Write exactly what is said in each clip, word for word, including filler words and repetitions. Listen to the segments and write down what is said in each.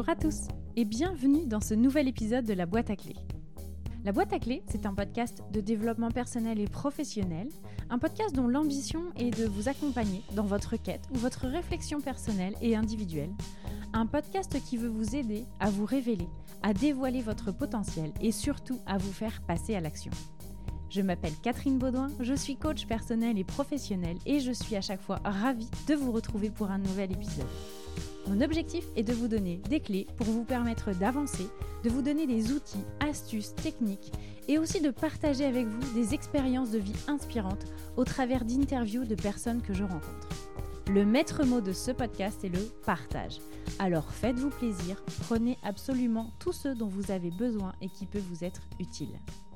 Bonjour à tous et bienvenue dans ce nouvel épisode de La Boîte à Clés. La Boîte à Clés, c'est un podcast de développement personnel et professionnel, un podcast dont l'ambition est de vous accompagner dans votre quête ou votre réflexion personnelle et individuelle. Un podcast qui veut vous aider à vous révéler, à dévoiler votre potentiel et surtout à vous faire passer à l'action. Je m'appelle Catherine Baudouin, je suis coach personnel et professionnel et je suis à chaque fois ravie de vous retrouver pour un nouvel épisode. Mon objectif est de vous donner des clés pour vous permettre d'avancer, de vous donner des outils, astuces, techniques et aussi de partager avec vous des expériences de vie inspirantes au travers d'interviews de personnes que je rencontre. Le maître mot de ce podcast est le partage. Alors faites-vous plaisir, prenez absolument tout ce dont vous avez besoin et qui peut vous être utile.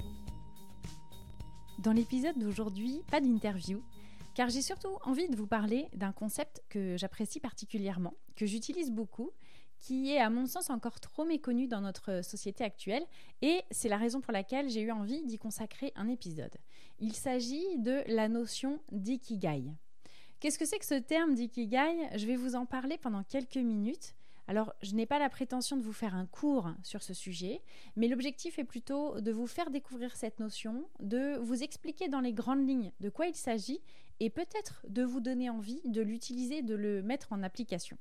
Dans l'épisode d'aujourd'hui, pas d'interview, car j'ai surtout envie de vous parler d'un concept que j'apprécie particulièrement, que j'utilise beaucoup, qui est à mon sens encore trop méconnu dans notre société actuelle, et c'est la raison pour laquelle j'ai eu envie d'y consacrer un épisode. Il s'agit de la notion d'ikigai. Qu'est-ce que c'est que ce terme d'ikigai ? Je vais vous en parler pendant quelques minutes. Alors, je n'ai pas la prétention de vous faire un cours sur ce sujet, mais l'objectif est plutôt de vous faire découvrir cette notion, de vous expliquer dans les grandes lignes de quoi il s'agit et peut-être de vous donner envie de l'utiliser, de le mettre en application.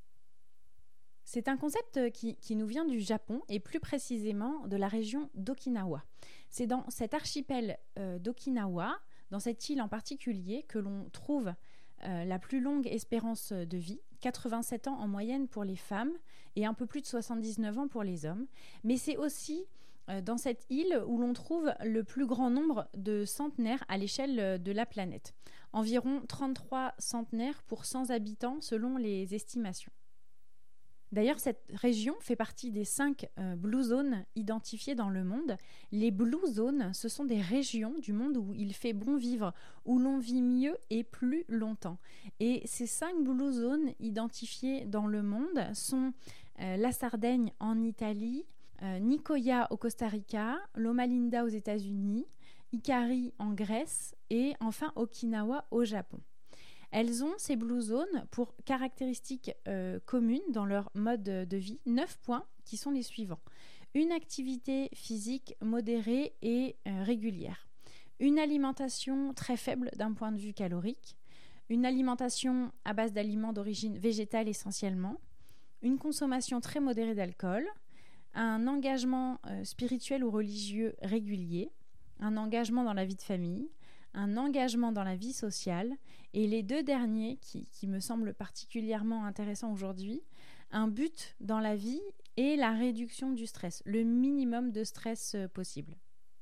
C'est un concept qui, qui nous vient du Japon et plus précisément de la région d'Okinawa. C'est dans cet archipel euh, d'Okinawa, dans cette île en particulier, que l'on trouve euh, la plus longue espérance de vie, quatre-vingt-sept ans en moyenne pour les femmes et un peu plus de soixante-dix-neuf ans pour les hommes. Mais c'est aussi euh, dans cette île où l'on trouve le plus grand nombre de centenaires à l'échelle de la planète. Environ trente-trois centenaires pour cent habitants selon les estimations. D'ailleurs, cette région fait partie des cinq euh, Blue Zones identifiées dans le monde. Les Blue Zones, ce sont des régions du monde où il fait bon vivre, où l'on vit mieux et plus longtemps. Et ces cinq Blue Zones identifiées dans le monde sont euh, la Sardaigne en Italie, euh, Nicoya au Costa Rica, Loma Linda aux États-Unis, Ikari en Grèce et enfin Okinawa au Japon. Elles ont, ces Blue Zones, pour caractéristiques euh, communes dans leur mode de vie, neuf points qui sont les suivants. Une activité physique modérée et euh, régulière. Une alimentation très faible d'un point de vue calorique. Une alimentation à base d'aliments d'origine végétale essentiellement. Une consommation très modérée d'alcool. Un engagement euh, spirituel ou religieux régulier. Un engagement dans la vie de famille. Un engagement dans la vie sociale et les deux derniers qui, qui me semblent particulièrement intéressants aujourd'hui, un but dans la vie et la réduction du stress, le minimum de stress possible.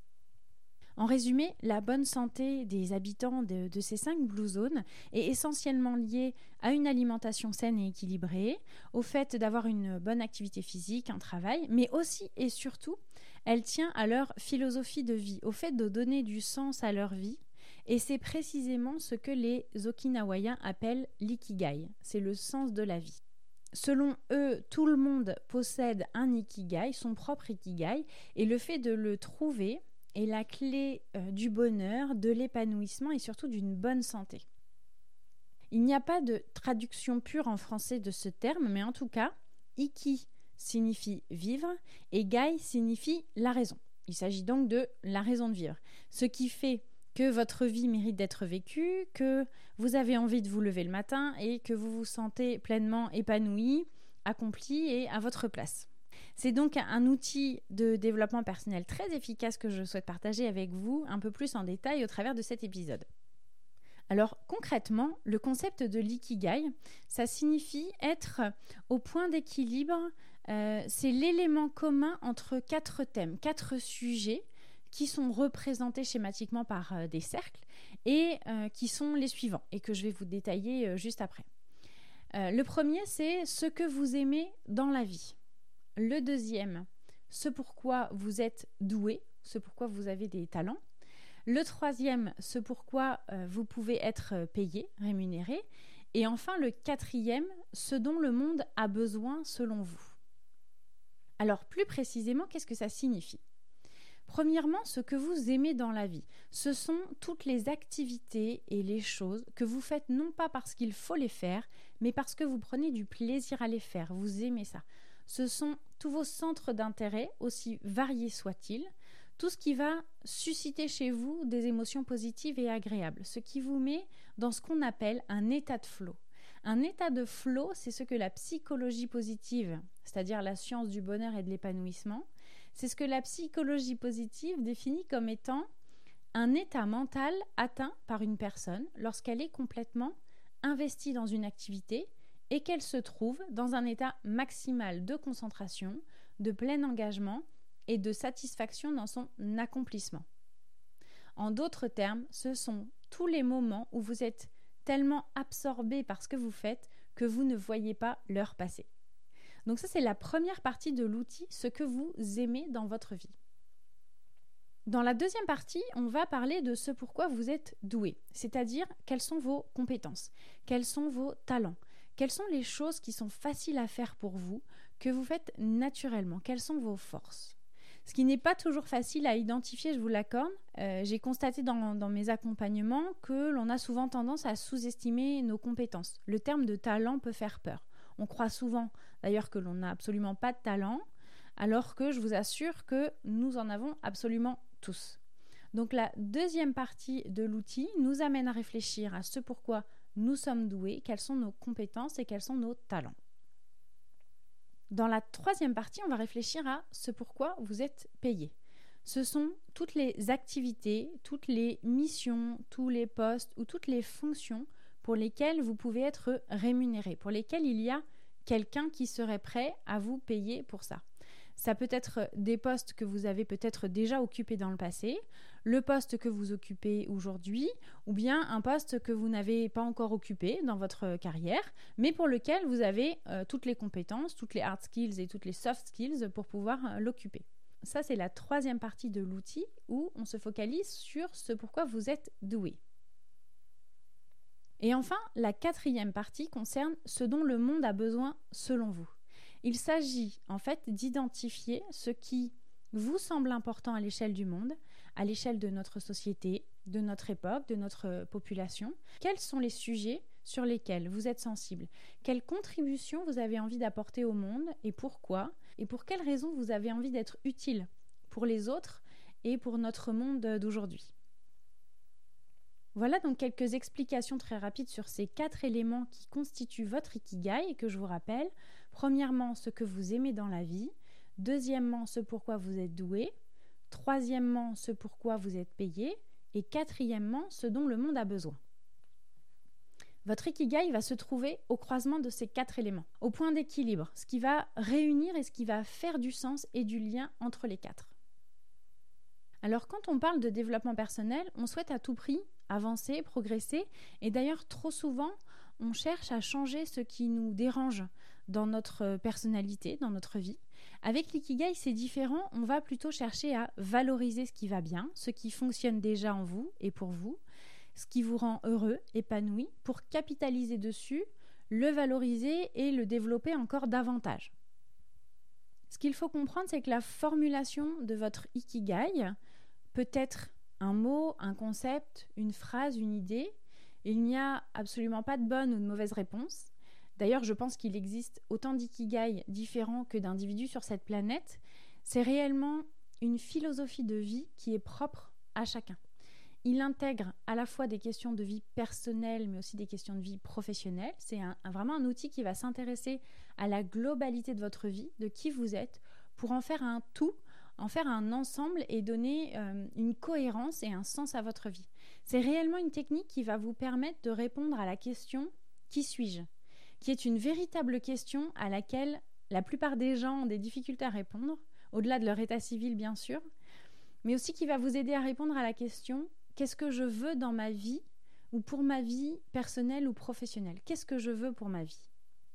En résumé, la bonne santé des habitants de, de ces cinq Blue Zones est essentiellement liée à une alimentation saine et équilibrée, au fait d'avoir une bonne activité physique, un travail, mais aussi et surtout, elle tient à leur philosophie de vie, au fait de donner du sens à leur vie. Et c'est précisément ce que les Okinawaïens appellent l'ikigai, c'est le sens de la vie. Selon eux, tout le monde possède un ikigai, son propre ikigai, et le fait de le trouver est la clé euh, du bonheur, de l'épanouissement et surtout d'une bonne santé. Il n'y a pas de traduction pure en français de ce terme, mais en tout cas, iki signifie vivre et gai signifie la raison. Il s'agit donc de la raison de vivre, ce qui fait que votre vie mérite d'être vécue, que vous avez envie de vous lever le matin et que vous vous sentez pleinement épanoui, accompli et à votre place. C'est donc un outil de développement personnel très efficace que je souhaite partager avec vous un peu plus en détail au travers de cet épisode. Alors concrètement, le concept de l'ikigai, ça signifie être au point d'équilibre, euh, c'est l'élément commun entre quatre thèmes, quatre sujets qui sont représentés schématiquement par euh, des cercles et euh, qui sont les suivants et que je vais vous détailler euh, juste après. Euh, le premier, c'est ce que vous aimez dans la vie. Le deuxième, ce pourquoi vous êtes doué, ce pourquoi vous avez des talents. Le troisième, ce pourquoi euh, vous pouvez être payé, rémunéré. Et enfin, le quatrième, ce dont le monde a besoin selon vous. Alors, plus précisément, qu'est-ce que ça signifie ? Premièrement, ce que vous aimez dans la vie, ce sont toutes les activités et les choses que vous faites non pas parce qu'il faut les faire, mais parce que vous prenez du plaisir à les faire, vous aimez ça. ce sont tous vos centres d'intérêt, aussi variés soient-ils, tout ce qui va susciter chez vous des émotions positives et agréables, ce qui vous met dans ce qu'on appelle un état de flow. Un état de flow, c'est ce que la psychologie positive, c'est-à-dire la science du bonheur et de l'épanouissement, c'est ce que la psychologie positive définit comme étant un état mental atteint par une personne lorsqu'elle est complètement investie dans une activité et qu'elle se trouve dans un état maximal de concentration, de plein engagement et de satisfaction dans son accomplissement. En d'autres termes, ce sont tous les moments où vous êtes tellement absorbé par ce que vous faites que vous ne voyez pas l'heure passer. Donc ça, c'est la première partie de l'outil, ce que vous aimez dans votre vie. Dans la deuxième partie, on va parler de ce pourquoi vous êtes doué, c'est-à-dire quelles sont vos compétences, quels sont vos talents, quelles sont les choses qui sont faciles à faire pour vous, que vous faites naturellement, quelles sont vos forces. Ce qui n'est pas toujours facile à identifier, je vous l'accorde. Euh, j'ai constaté dans, dans mes accompagnements que l'on a souvent tendance à sous-estimer nos compétences. Le terme de talent peut faire peur. On croit souvent d'ailleurs que l'on n'a absolument pas de talent, alors que je vous assure que nous en avons absolument tous. Donc la deuxième partie de l'outil nous amène à réfléchir à ce pourquoi nous sommes doués, quelles sont nos compétences et quels sont nos talents. Dans la troisième partie, on va réfléchir à ce pourquoi vous êtes payé. Ce sont toutes les activités, toutes les missions, tous les postes ou toutes les fonctions pour lesquelles vous pouvez être rémunéré, pour lesquelles il y a quelqu'un qui serait prêt à vous payer pour ça. Ça peut être des postes que vous avez peut-être déjà occupés dans le passé, le poste que vous occupez aujourd'hui, ou bien un poste que vous n'avez pas encore occupé dans votre carrière, mais pour lequel vous avez euh, toutes les compétences, toutes les hard skills et toutes les soft skills pour pouvoir euh, l'occuper. Ça, c'est la troisième partie de l'outil où on se focalise sur ce pourquoi vous êtes doué. Et enfin, la quatrième partie concerne ce dont le monde a besoin selon vous. Il s'agit en fait d'identifier ce qui vous semble important à l'échelle du monde, à l'échelle de notre société, de notre époque, de notre population. Quels sont les sujets sur lesquels vous êtes sensible? Quelle contribution vous avez envie d'apporter au monde et pourquoi? Et pour quelles raisons vous avez envie d'être utile pour les autres et pour notre monde d'aujourd'hui? Voilà donc quelques explications très rapides sur ces quatre éléments qui constituent votre Ikigai et que je vous rappelle. Premièrement, ce que vous aimez dans la vie. Deuxièmement, ce pourquoi vous êtes doué. Troisièmement, ce pourquoi vous êtes payé. Et quatrièmement, ce dont le monde a besoin. Votre Ikigai va se trouver au croisement de ces quatre éléments, au point d'équilibre, ce qui va réunir et ce qui va faire du sens et du lien entre les quatre. Alors quand on parle de développement personnel, on souhaite à tout prix avancer, progresser, et d'ailleurs trop souvent, on cherche à changer ce qui nous dérange dans notre personnalité, dans notre vie. Avec l'Ikigai, c'est différent, on va plutôt chercher à valoriser ce qui va bien, ce qui fonctionne déjà en vous et pour vous, ce qui vous rend heureux, épanoui, pour capitaliser dessus, le valoriser et le développer encore davantage. Ce qu'il faut comprendre, c'est que la formulation de votre Ikigai peut être un mot, un concept, une phrase, une idée. Il n'y a absolument pas de bonne ou de mauvaise réponse. D'ailleurs, je pense qu'il existe autant d'ikigai différents que d'individus sur cette planète. C'est réellement une philosophie de vie qui est propre à chacun. Il intègre à la fois des questions de vie personnelle, mais aussi des questions de vie professionnelle. C'est un, un, vraiment un outil qui va s'intéresser à la globalité de votre vie, de qui vous êtes, pour en faire un tout, en faire un ensemble et donner euh, une cohérence et un sens à votre vie. C'est réellement une technique qui va vous permettre de répondre à la question « Qui suis-je ?» qui est une véritable question à laquelle la plupart des gens ont des difficultés à répondre, au-delà de leur état civil bien sûr, mais aussi qui va vous aider à répondre à la question « Qu'est-ce que je veux dans ma vie ou pour ma vie personnelle ou professionnelle ? Qu'est-ce que je veux pour ma vie ?»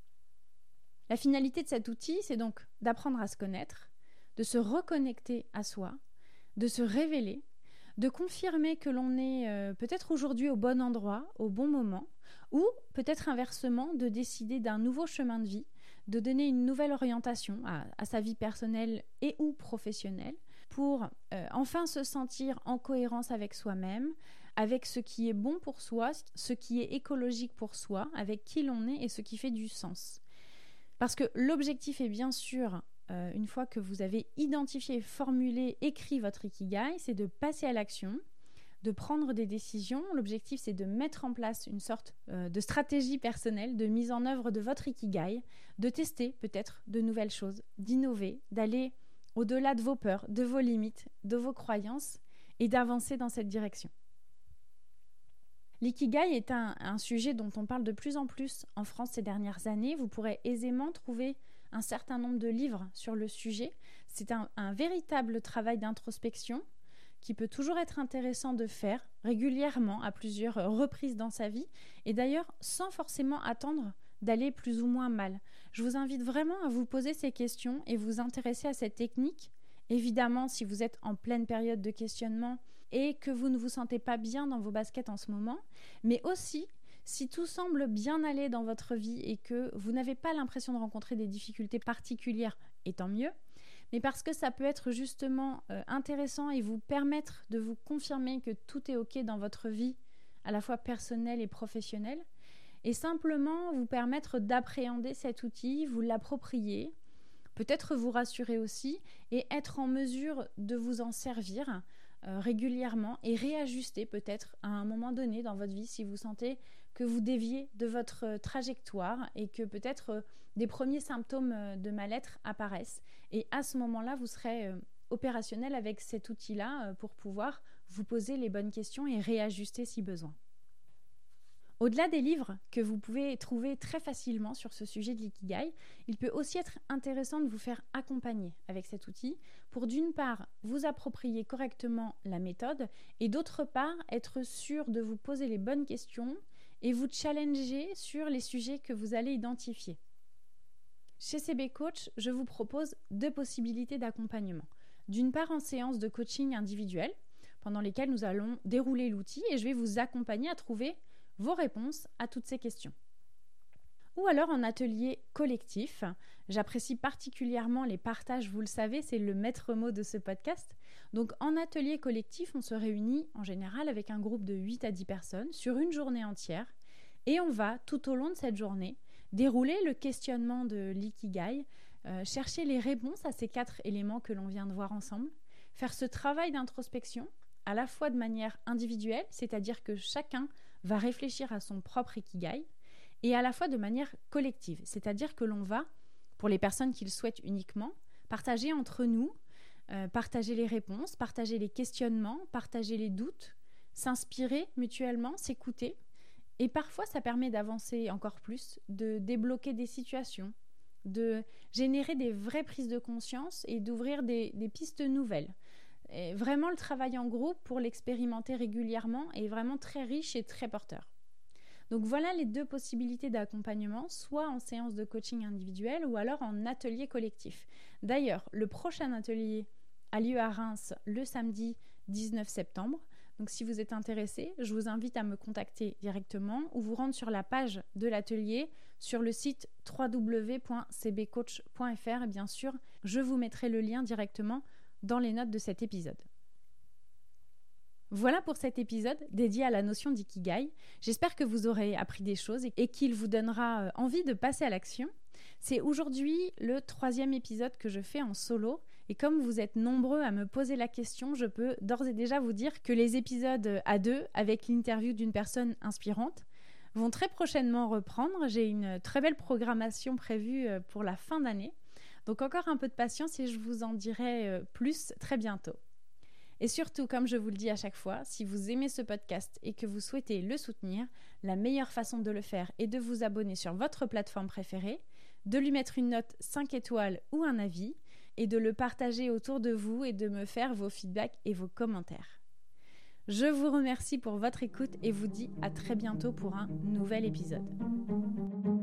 La finalité de cet outil, c'est donc d'apprendre à se connaître, de se reconnecter à soi, de se révéler, de confirmer que l'on est euh, peut-être aujourd'hui au bon endroit, au bon moment, ou peut-être inversement de décider d'un nouveau chemin de vie, de donner une nouvelle orientation à, à sa vie personnelle et ou professionnelle pour euh, enfin se sentir en cohérence avec soi-même, avec ce qui est bon pour soi, ce qui est écologique pour soi, avec qui l'on est et ce qui fait du sens. Parce que l'objectif est bien sûr, euh, une fois que vous avez identifié, formulé, écrit votre Ikigai, c'est de passer à l'action, de prendre des décisions. L'objectif, c'est de mettre en place une sorte euh, de stratégie personnelle, de mise en œuvre de votre Ikigai, de tester peut-être de nouvelles choses, d'innover, d'aller au-delà de vos peurs, de vos limites, de vos croyances et d'avancer dans cette direction. L'ikigai est un, un sujet dont on parle de plus en plus en France ces dernières années. Vous pourrez aisément trouver un certain nombre de livres sur le sujet. C'est un, un véritable travail d'introspection qui peut toujours être intéressant de faire régulièrement à plusieurs reprises dans sa vie et d'ailleurs sans forcément attendre d'aller plus ou moins mal. Je vous invite vraiment à vous poser ces questions et vous intéresser à cette technique. Évidemment, si vous êtes en pleine période de questionnement et que vous ne vous sentez pas bien dans vos baskets en ce moment, mais aussi si tout semble bien aller dans votre vie et que vous n'avez pas l'impression de rencontrer des difficultés particulières, et tant mieux, mais parce que ça peut être justement euh, intéressant et vous permettre de vous confirmer que tout est OK dans votre vie, à la fois personnelle et professionnelle, et simplement vous permettre d'appréhender cet outil, vous l'approprier, peut-être vous rassurer aussi et être en mesure de vous en servir euh, régulièrement et réajuster peut-être à un moment donné dans votre vie si vous sentez que vous déviez de votre euh, trajectoire et que peut-être euh, des premiers symptômes euh, de mal-être apparaissent. Et à ce moment-là, vous serez euh, opérationnel avec cet outil-là euh, pour pouvoir vous poser les bonnes questions et réajuster si besoin. Au-delà des livres que vous pouvez trouver très facilement sur ce sujet de l'ikigai, il peut aussi être intéressant de vous faire accompagner avec cet outil pour d'une part vous approprier correctement la méthode et d'autre part être sûr de vous poser les bonnes questions et vous challenger sur les sujets que vous allez identifier. Chez C B Coach, je vous propose deux possibilités d'accompagnement. D'une part en séance de coaching individuel pendant lesquelles nous allons dérouler l'outil et je vais vous accompagner à trouver vos réponses à toutes ces questions. Ou alors en atelier collectif. J'apprécie particulièrement les partages, vous le savez, c'est le maître mot de ce podcast. Donc en atelier collectif, on se réunit en général avec un groupe de huit à dix personnes sur une journée entière et on va tout au long de cette journée dérouler le questionnement de l'ikigai, euh, chercher les réponses à ces quatre éléments que l'on vient de voir ensemble, faire ce travail d'introspection à la fois de manière individuelle, c'est-à-dire que chacun va réfléchir à son propre ikigai, et à la fois de manière collective, c'est-à-dire que l'on va, pour les personnes qui le souhaitent uniquement, partager entre nous, euh, partager les réponses, partager les questionnements, partager les doutes, s'inspirer mutuellement, s'écouter, et parfois ça permet d'avancer encore plus, de débloquer des situations, de générer des vraies prises de conscience et d'ouvrir des, des pistes nouvelles. Et vraiment, le travail en groupe, pour l'expérimenter régulièrement, est vraiment très riche et très porteur. Donc voilà les deux possibilités d'accompagnement, soit en séance de coaching individuel ou alors en atelier collectif. D'ailleurs, le prochain atelier a lieu à Reims le samedi dix-neuf septembre. Donc si vous êtes intéressé, je vous invite à me contacter directement ou vous rendre sur la page de l'atelier sur le site w w w point c b coach point f r et bien sûr, je vous mettrai le lien directement dans les notes de cet épisode. Voilà pour cet épisode dédié à la notion d'ikigai. J'espère que vous aurez appris des choses et qu'il vous donnera envie de passer à l'action. C'est aujourd'hui le troisième épisode que je fais en solo et comme vous êtes nombreux à me poser la question, je peux d'ores et déjà vous dire que les épisodes à deux avec l'interview d'une personne inspirante vont très prochainement reprendre. J'ai une très belle programmation prévue pour la fin d'année. Donc encore un peu de patience et je vous en dirai plus très bientôt. Et surtout, comme je vous le dis à chaque fois, si vous aimez ce podcast et que vous souhaitez le soutenir, la meilleure façon de le faire est de vous abonner sur votre plateforme préférée, de lui mettre une note cinq étoiles ou un avis et de le partager autour de vous et de me faire vos feedbacks et vos commentaires. Je vous remercie pour votre écoute et vous dis à très bientôt pour un nouvel épisode.